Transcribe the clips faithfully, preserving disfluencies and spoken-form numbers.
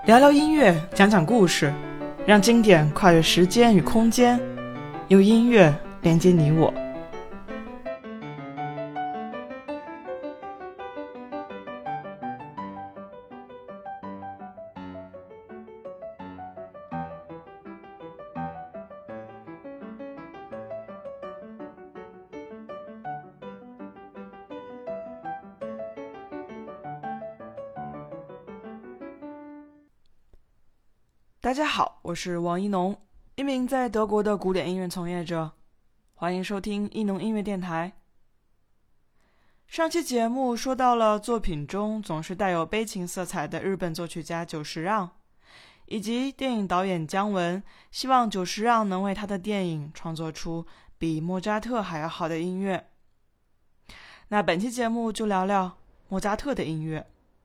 聊聊音乐，讲讲故事，让经典跨越时间与空间，用音乐连接你我。大家好，我是王一农，一名在德国的古典音乐从业者，欢迎收听一农音乐电台。上期节目说到了作品中总是带有悲情色彩的日本作曲家久石让，以及电影导演姜文希望久石让能为他的电影创作出比莫扎特还要好的音乐。那本期节目就聊聊莫扎特的音乐。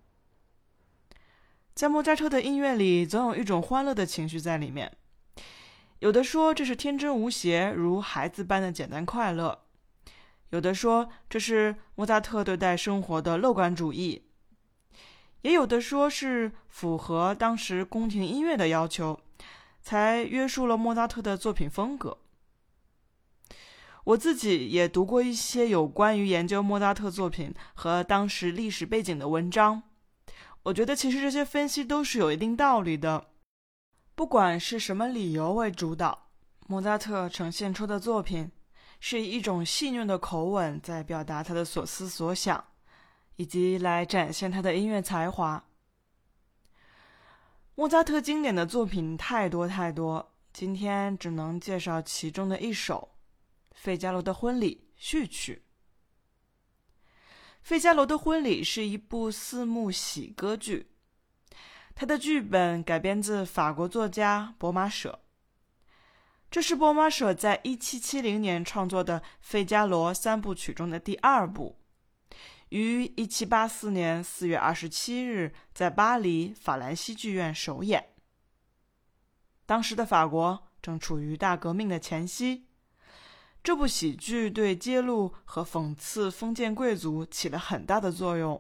在莫扎特的音乐里，总有一种欢乐的情绪在里面。有的说这是天真无邪，如孩子般的简单快乐；有的说这是莫扎特对待生活的乐观主义；也有的说是符合当时宫廷音乐的要求，才约束了莫扎特的作品风格。我自己也读过一些有关于研究莫扎特作品和当时历史背景的文章，我觉得其实这些分析都是有一定道理的。不管是什么理由为主导，莫扎特呈现出的作品是以一种戏谑的口吻在表达他的所思所想，以及来展现他的音乐才华。莫扎特经典的作品太多太多，今天只能介绍其中的一首《费加罗的婚礼》序曲。《费加罗的婚礼》是一部四幕喜歌剧，它的剧本改编自法国作家博马舍。这是博马舍在一七七零年创作的《费加罗》三部曲中的第二部，于一七八四年四月二十七日在巴黎法兰西剧院首演。当时的法国正处于大革命的前夕，这部喜剧对揭露和讽刺封建贵族起了很大的作用。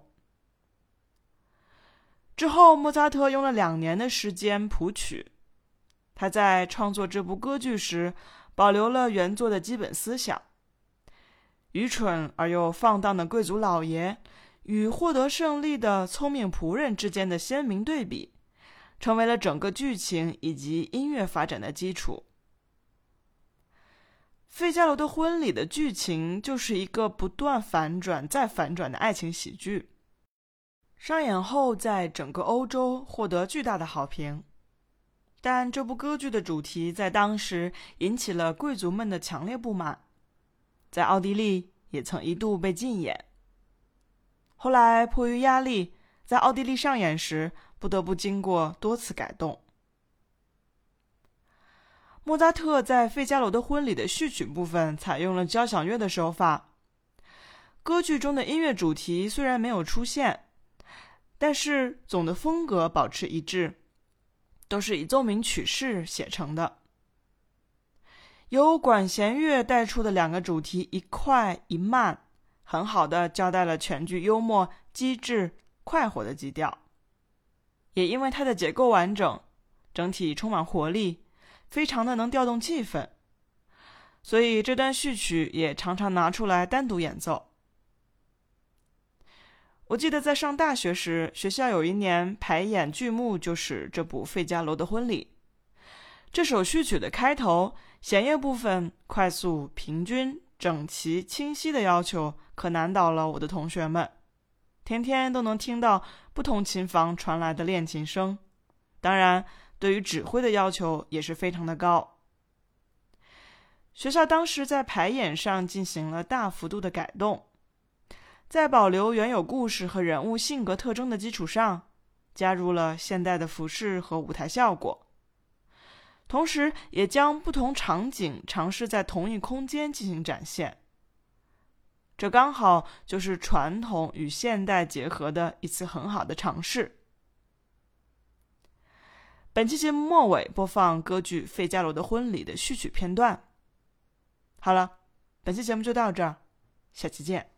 之后，莫扎特用了两年的时间谱曲。他在创作这部歌剧时，保留了原作的基本思想。愚蠢而又放荡的贵族老爷与获得胜利的聪明仆人之间的鲜明对比，成为了整个剧情以及音乐发展的基础。费加罗的婚礼的剧情就是一个不断反转再反转的爱情喜剧，上演后在整个欧洲获得巨大的好评。但这部歌剧的主题在当时引起了贵族们的强烈不满，在奥地利也曾一度被禁演。后来迫于压力，在奥地利上演时不得不经过多次改动。莫扎特在《费加罗的婚礼》的序曲部分采用了交响乐的手法，歌剧中的音乐主题虽然没有出现，但是总的风格保持一致，都是以奏鸣曲式写成的。由管弦乐带出的两个主题一快一慢，很好地交代了全剧幽默、机智、快活的基调。也因为它的结构完整，整体充满活力，非常的能调动气氛，所以这段序曲也常常拿出来单独演奏。我记得在上大学时，学校有一年排演剧目就是这部《费加罗的婚礼》。这首序曲的开头，弦乐部分快速、平均、整齐、清晰的要求可难倒了我的同学们，天天都能听到不同琴房传来的练琴声，当然对于指挥的要求也是非常的高。学校当时在排演上进行了大幅度的改动，在保留原有故事和人物性格特征的基础上，加入了现代的服饰和舞台效果，同时也将不同场景尝试在同一空间进行展现。这刚好就是传统与现代结合的一次很好的尝试。本期节目末尾播放歌剧《费加罗的婚礼》的序曲片段。好了，本期节目就到这儿，下期见。